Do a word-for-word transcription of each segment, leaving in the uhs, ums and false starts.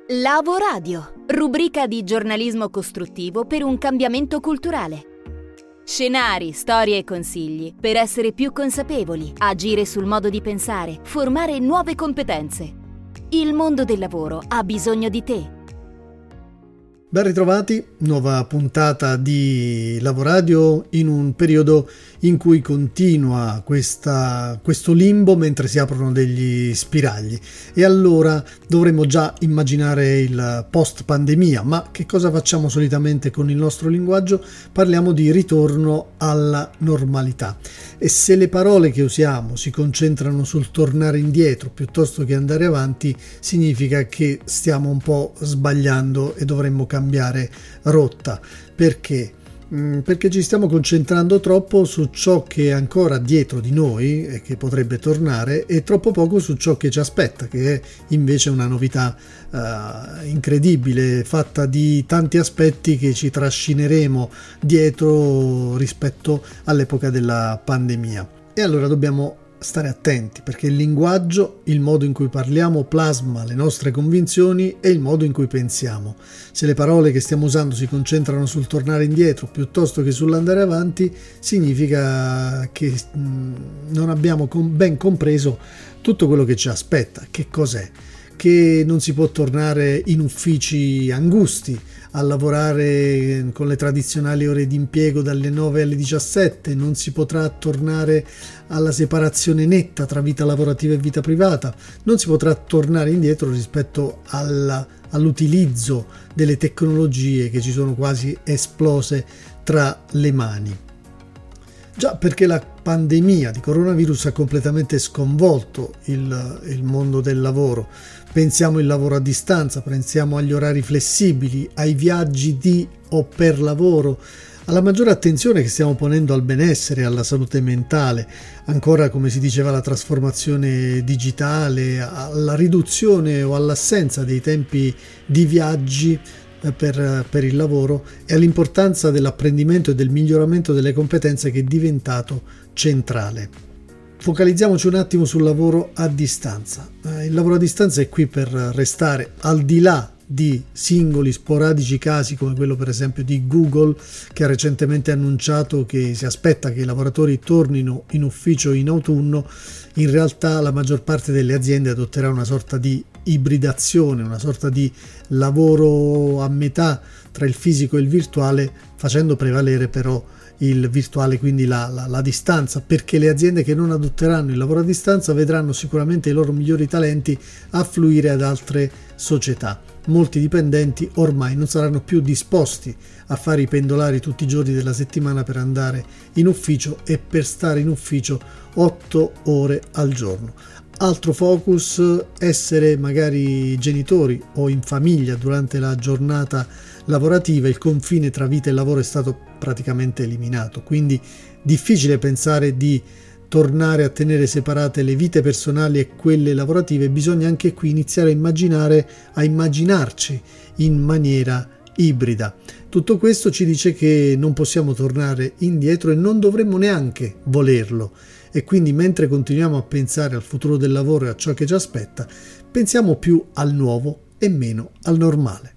Lavoradio, rubrica di giornalismo costruttivo per un cambiamento culturale. Scenari, storie e consigli per essere più consapevoli, agire sul modo di pensare, formare nuove competenze. Il mondo del lavoro ha bisogno di te. Ben ritrovati, nuova puntata di Lavoradio in un periodo in cui continua questa, questo limbo mentre si aprono degli spiragli e allora dovremmo già immaginare il post pandemia. Ma che cosa facciamo solitamente con il nostro linguaggio? Parliamo di ritorno alla normalità, e se le parole che usiamo si concentrano sul tornare indietro piuttosto che andare avanti, significa che stiamo un po' sbagliando e dovremmo cambiare cambiare rotta. Perché? Perché ci stiamo concentrando troppo su ciò che è ancora dietro di noi e che potrebbe tornare, e troppo poco su ciò che ci aspetta, che è invece una novità uh, incredibile, fatta di tanti aspetti che ci trascineremo dietro rispetto all'epoca della pandemia. E allora dobbiamo stare attenti, perché il linguaggio, il modo in cui parliamo, plasma le nostre convinzioni e il modo in cui pensiamo. Se le parole che stiamo usando si concentrano sul tornare indietro piuttosto che sull'andare avanti, significa che mh, non abbiamo com- ben compreso tutto quello che ci aspetta. Che cos'è? Che non si può tornare in uffici angusti a lavorare con le tradizionali ore di impiego dalle nove alle diciassette, non si potrà tornare alla separazione netta tra vita lavorativa e vita privata, non si potrà tornare indietro rispetto alla, all'utilizzo delle tecnologie che ci sono quasi esplose tra le mani. Già, perché la pandemia di coronavirus ha completamente sconvolto il, il mondo del lavoro. Pensiamo il lavoro a distanza, pensiamo agli orari flessibili, ai viaggi di o per lavoro, alla maggiore attenzione che stiamo ponendo al benessere e alla salute mentale, ancora come si diceva alla trasformazione digitale, alla riduzione o all'assenza dei tempi di viaggi Per, per il lavoro, e all'importanza dell'apprendimento e del miglioramento delle competenze, che è diventato centrale. Focalizziamoci un attimo sul lavoro a distanza. Eh, il lavoro a distanza è qui per restare, al di là di singoli sporadici casi come quello per esempio di Google, che ha recentemente annunciato che si aspetta che i lavoratori tornino in ufficio in autunno. In realtà la maggior parte delle aziende adotterà una sorta di ibridazione, una sorta di lavoro a metà tra il fisico e il virtuale, facendo prevalere però il virtuale, quindi la, la, la distanza, perché le aziende che non adotteranno il lavoro a distanza vedranno sicuramente i loro migliori talenti affluire ad altre società. Molti dipendenti ormai non saranno più disposti a fare i pendolari tutti i giorni della settimana per andare in ufficio e per stare in ufficio otto ore al giorno. Altro focus: essere magari genitori o in famiglia durante la giornata lavorativa. Il confine tra vita e lavoro è stato praticamente eliminato, quindi difficile pensare di tornare a tenere separate le vite personali e quelle lavorative. Bisogna anche qui iniziare a immaginare, a immaginarci in maniera ibrida. Tutto questo ci dice che non possiamo tornare indietro e non dovremmo neanche volerlo. E quindi, mentre continuiamo a pensare al futuro del lavoro e a ciò che ci aspetta, pensiamo più al nuovo e meno al normale.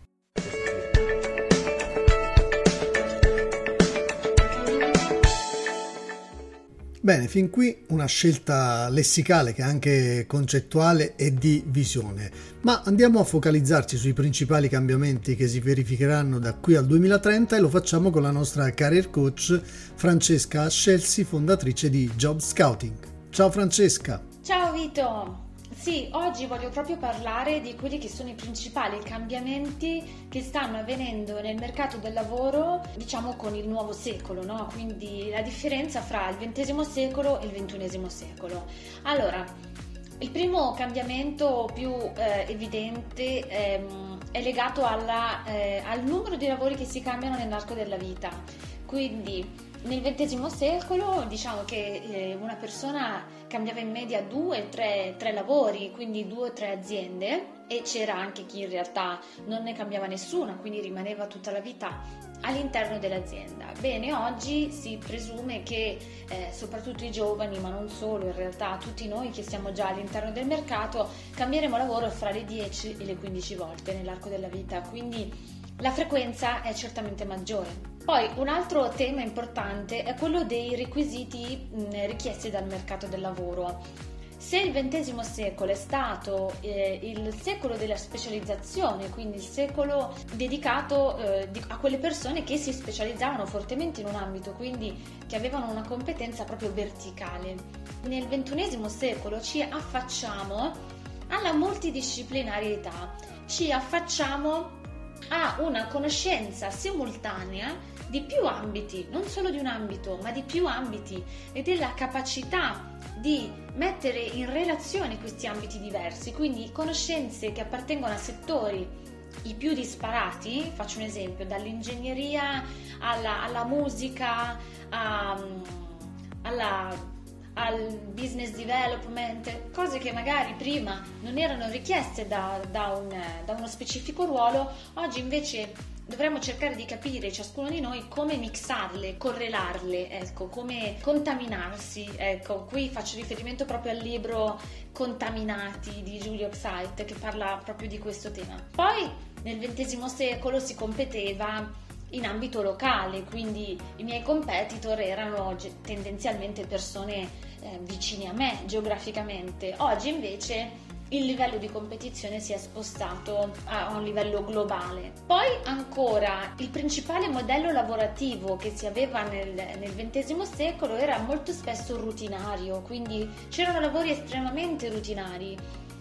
Bene, fin qui una scelta lessicale che è anche concettuale e di visione, ma andiamo a focalizzarci sui principali cambiamenti che si verificheranno da qui al duemilatrenta, e lo facciamo con la nostra career coach Francesca Ascelsi, fondatrice di Job Scouting. Ciao Francesca! Ciao Vito! Sì, oggi voglio proprio parlare di quelli che sono i principali cambiamenti che stanno avvenendo nel mercato del lavoro, diciamo con il nuovo secolo, no? Quindi la differenza fra il ventesimo secolo e il ventunesimo secolo. Allora, il primo cambiamento più eh, evidente ehm, è legato alla, eh, al numero di lavori che si cambiano nell'arco della vita. Quindi nel ventesimo secolo diciamo che eh, una persona cambiava in media due, tre, tre lavori, quindi due o tre aziende, e c'era anche chi in realtà non ne cambiava nessuna, quindi rimaneva tutta la vita all'interno dell'azienda. Bene, oggi si presume che eh, soprattutto i giovani, ma non solo, in realtà tutti noi che siamo già all'interno del mercato, cambieremo lavoro fra le dieci e le quindici volte nell'arco della vita, quindi la frequenza è certamente maggiore. Poi un altro tema importante è quello dei requisiti mh, richiesti dal mercato del lavoro. Se il ventesimo secolo è stato eh, il secolo della specializzazione, quindi il secolo dedicato eh, di, a quelle persone che si specializzavano fortemente in un ambito, quindi che avevano una competenza proprio verticale, nel ventunesimo secolo ci affacciamo alla multidisciplinarietà, ci affacciamo a una conoscenza simultanea di più ambiti, non solo di un ambito, ma di più ambiti, e della capacità di mettere in relazione questi ambiti diversi, quindi conoscenze che appartengono a settori i più disparati. Faccio un esempio: dall'ingegneria alla, alla musica, a, alla al business development, cose che magari prima non erano richieste da, da, un, da uno specifico ruolo, oggi invece dovremmo cercare di capire ciascuno di noi come mixarle, correlarle, ecco, come contaminarsi. Ecco, qui faccio riferimento proprio al libro Contaminati di Giulio Xait, che parla proprio di questo tema. Poi nel ventesimo secolo si competeva in ambito locale, quindi i miei competitor erano tendenzialmente persone eh, vicine a me geograficamente. Oggi invece il livello di competizione si è spostato a un livello globale. Poi ancora il principale modello lavorativo che si aveva nel, nel ventesimo secolo era molto spesso rutinario, quindi c'erano lavori estremamente rutinari,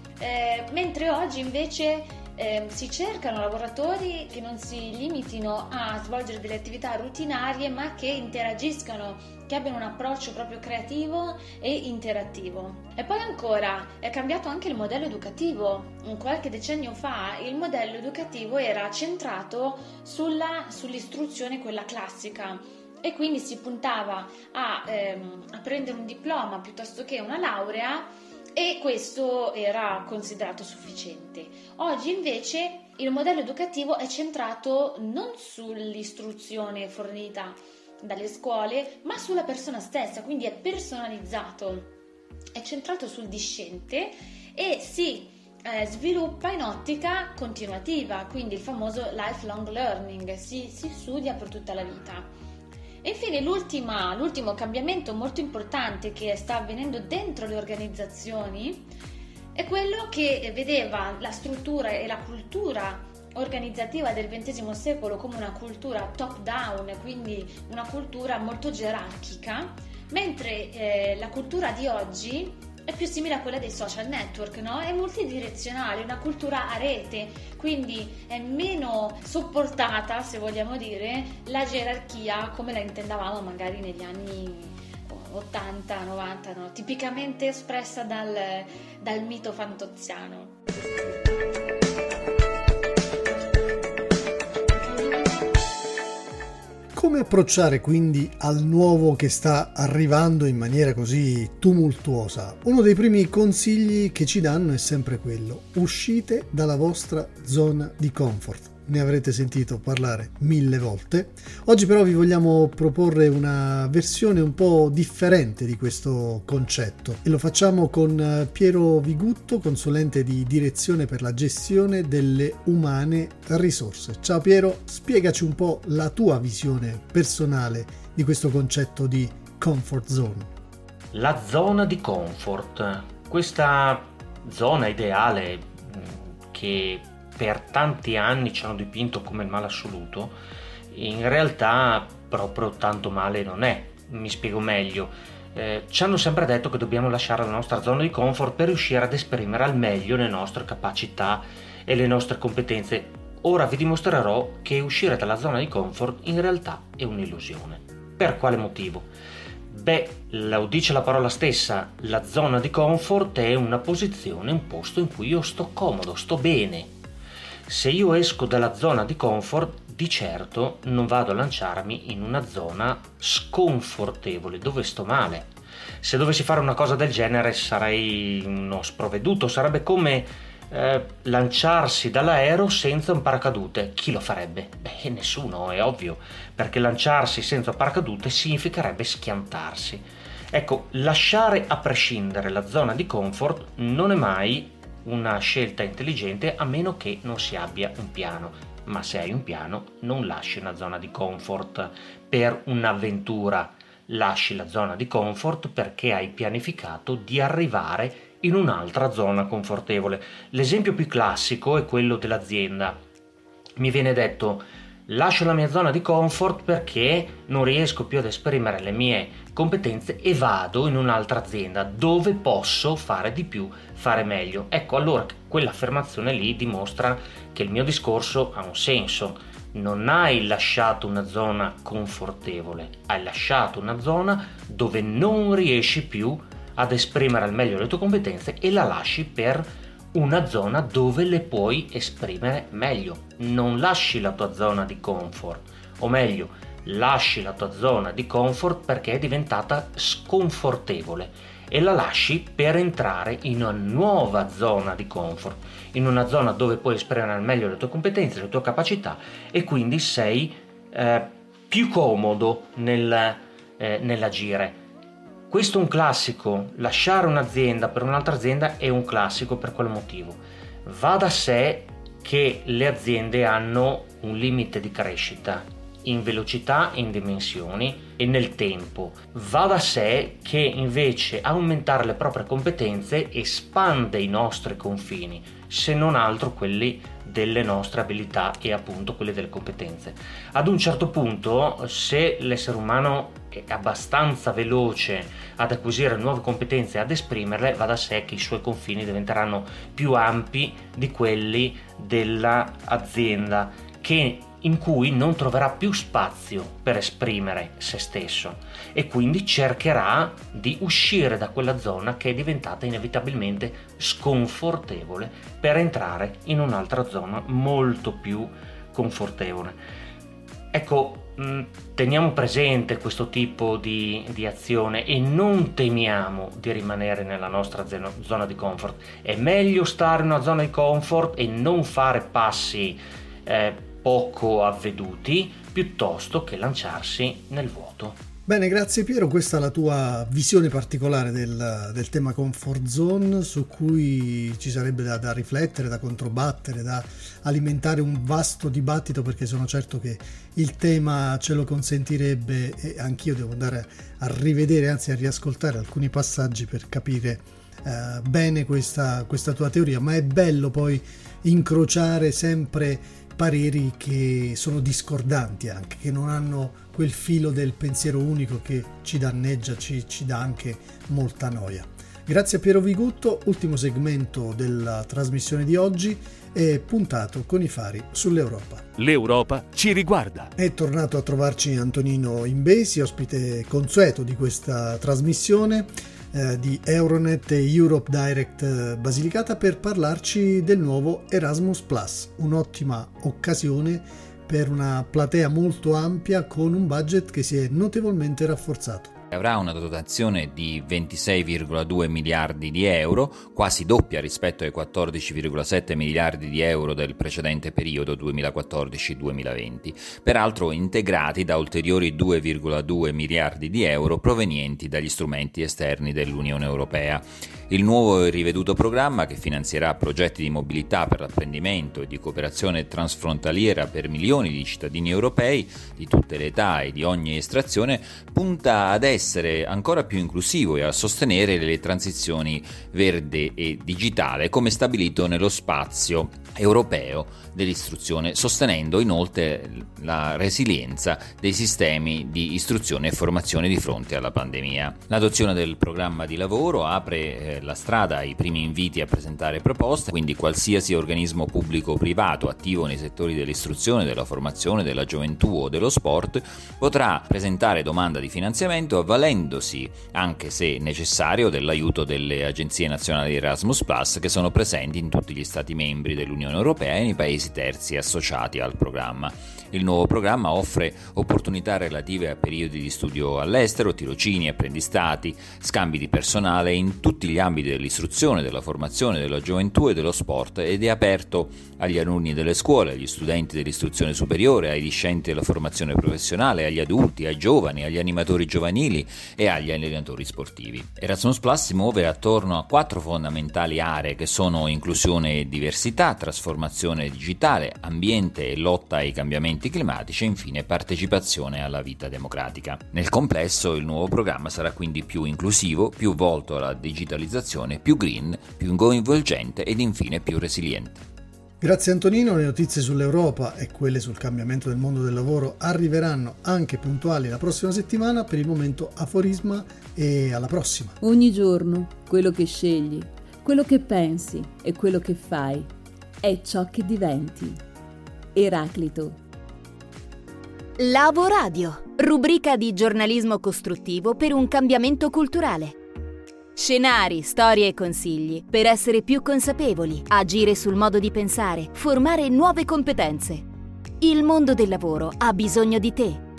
eh, mentre oggi invece Eh, si cercano lavoratori che non si limitino a svolgere delle attività rutinarie, ma che interagiscano, che abbiano un approccio proprio creativo e interattivo. E poi ancora è cambiato anche il modello educativo. Qualche decennio fa il modello educativo era centrato sulla, sull'istruzione, quella classica, e quindi si puntava a, ehm, a prendere un diploma piuttosto che una laurea, e questo era considerato sufficiente. Oggi invece il modello educativo è centrato non sull'istruzione fornita dalle scuole, ma sulla persona stessa, quindi è personalizzato, è centrato sul discente e si eh, sviluppa in ottica continuativa, quindi il famoso lifelong learning, si, si studia per tutta la vita. E infine l'ultima, l'ultimo cambiamento molto importante che sta avvenendo dentro le organizzazioni è quello che vedeva la struttura e la cultura organizzativa del ventesimo secolo come una cultura top down, quindi una cultura molto gerarchica, mentre eh, la cultura di oggi è più simile a quella dei social network, no? È multidirezionale, una cultura a rete, quindi è meno sopportata, se vogliamo dire, la gerarchia come la intendavamo magari negli anni ottanta novanta, no? Tipicamente espressa dal, dal mito fantoziano. Come approcciare quindi al nuovo che sta arrivando in maniera così tumultuosa? Uno dei primi consigli che ci danno è sempre quello: uscite dalla vostra zona di comfort. Ne avrete sentito parlare mille volte. Oggi però vi vogliamo proporre una versione un po' differente di questo concetto e lo facciamo con Piero Vigutto, consulente di direzione per la gestione delle umane risorse. Ciao Piero, spiegaci un po' la tua visione personale di questo concetto di comfort zone. La zona di comfort, questa zona ideale che per tanti anni ci hanno dipinto come il male assoluto, in realtà proprio tanto male non è. Mi spiego meglio. Eh, ci hanno sempre detto che dobbiamo lasciare la nostra zona di comfort per riuscire ad esprimere al meglio le nostre capacità e le nostre competenze. Ora vi dimostrerò che uscire dalla zona di comfort in realtà è un'illusione. Per quale motivo? Beh, lo dice la parola stessa, la zona di comfort è una posizione, un posto in cui io sto comodo, sto bene. Se io esco dalla zona di comfort, di certo non vado a lanciarmi in una zona sconfortevole, dove sto male. Se dovessi fare una cosa del genere sarei uno sprovveduto, sarebbe come eh, lanciarsi dall'aereo senza un paracadute. Chi lo farebbe? Beh, nessuno, è ovvio, perché lanciarsi senza paracadute significherebbe schiantarsi. Ecco, lasciare a prescindere la zona di comfort non è mai una scelta intelligente, a meno che non si abbia un piano. Ma se hai un piano, non lasci una zona di comfort per un'avventura, lasci la zona di comfort perché hai pianificato di arrivare in un'altra zona confortevole. L'esempio più classico è quello dell'azienda. Mi viene detto: lascio la mia zona di comfort perché non riesco più ad esprimere le mie competenze e vado in un'altra azienda dove posso fare di più, fare meglio. Ecco, allora quell'affermazione lì dimostra che il mio discorso ha un senso. Non hai lasciato una zona confortevole, hai lasciato una zona dove non riesci più ad esprimere al meglio le tue competenze e la lasci per una zona dove le puoi esprimere meglio. Non lasci la tua zona di comfort, o meglio, lasci la tua zona di comfort perché è diventata sconfortevole e la lasci per entrare in una nuova zona di comfort, in una zona dove puoi esprimere al meglio le tue competenze, le tue capacità, e quindi sei eh, più comodo nel, eh, nell'agire. Questo è un classico. Lasciare un'azienda per un'altra azienda è un classico. Per quale motivo? Va da sé che le aziende hanno un limite di crescita in velocità, in dimensioni e nel tempo. Va da sé che invece aumentare le proprie competenze espande i nostri confini, se non altro quelli delle nostre abilità e appunto quelli delle competenze. Ad un certo punto, se l'essere umano è abbastanza veloce ad acquisire nuove competenze e ad esprimerle, va da sé che i suoi confini diventeranno più ampi di quelli dell'azienda, che in cui non troverà più spazio per esprimere se stesso e quindi cercherà di uscire da quella zona che è diventata inevitabilmente sconfortevole per entrare in un'altra zona molto più confortevole. Ecco, teniamo presente questo tipo di, di azione e non temiamo di rimanere nella nostra zona di comfort. È meglio stare in una zona di comfort e non fare passi eh, poco avveduti piuttosto che lanciarsi nel vuoto. Bene, grazie Piero, questa è la tua visione particolare del, del tema comfort zone, su cui ci sarebbe da, da riflettere, da controbattere, da alimentare un vasto dibattito, perché sono certo che il tema ce lo consentirebbe e anch'io devo andare a rivedere, anzi a riascoltare alcuni passaggi per capire eh, bene questa, questa tua teoria, ma è bello poi incrociare sempre pareri che sono discordanti, anche che non hanno quel filo del pensiero unico che ci danneggia, ci, ci dà anche molta noia. Grazie a Piero Vigutto. Ultimo segmento della trasmissione di oggi è puntato con i fari sull'Europa. L'Europa ci riguarda. È tornato a trovarci Antonino Imbesi, ospite consueto di questa trasmissione eh, di Euronet e Europe Direct Basilicata, per parlarci del nuovo Erasmus Plus, un'ottima occasione per una platea molto ampia con un budget che si è notevolmente rafforzato. Avrà una dotazione di ventisei virgola due miliardi di euro, quasi doppia rispetto ai quattordici virgola sette miliardi di euro del precedente periodo duemilaquattordici duemilaventi, peraltro integrati da ulteriori due virgola due miliardi di euro provenienti dagli strumenti esterni dell'Unione Europea. Il nuovo e riveduto programma, che finanzierà progetti di mobilità per l'apprendimento e di cooperazione transfrontaliera per milioni di cittadini europei di tutte le età e di ogni estrazione, punta ad essere ancora più inclusivo e a sostenere le transizioni verde e digitale, come stabilito nello spazio europeo dell'istruzione, sostenendo inoltre la resilienza dei sistemi di istruzione e formazione di fronte alla pandemia. L'adozione del programma di lavoro apre eh, la strada ai primi inviti a presentare proposte, quindi qualsiasi organismo pubblico o privato attivo nei settori dell'istruzione, della formazione, della gioventù o dello sport potrà presentare domanda di finanziamento avvalendosi, anche se necessario, dell'aiuto delle agenzie nazionali Erasmus Plus, che sono presenti in tutti gli Stati membri dell'Unione Europea e nei paesi terzi associati al programma. Il nuovo programma offre opportunità relative a periodi di studio all'estero, tirocini, apprendistati, scambi di personale in tutti gli ambiti ambiti dell'istruzione, della formazione, della gioventù e dello sport ed è aperto agli alunni delle scuole, agli studenti dell'istruzione superiore, ai discenti della formazione professionale, agli adulti, ai giovani, agli animatori giovanili e agli allenatori sportivi. Erasmus Plus si muove attorno a quattro fondamentali aree che sono inclusione e diversità, trasformazione digitale, ambiente e lotta ai cambiamenti climatici e infine partecipazione alla vita democratica. Nel complesso il nuovo programma sarà quindi più inclusivo, più volto alla digitalizzazione, più green, più coinvolgente ed infine più resiliente. Grazie Antonino, le notizie sull'Europa e quelle sul cambiamento del mondo del lavoro arriveranno anche puntuali la prossima settimana. Per il momento aforisma e alla prossima. Ogni giorno quello che scegli, quello che pensi e quello che fai è ciò che diventi. Eraclito. Lavoradio, rubrica di giornalismo costruttivo per un cambiamento culturale. Scenari, storie e consigli per essere più consapevoli, agire sul modo di pensare, formare nuove competenze. Il mondo del lavoro ha bisogno di te.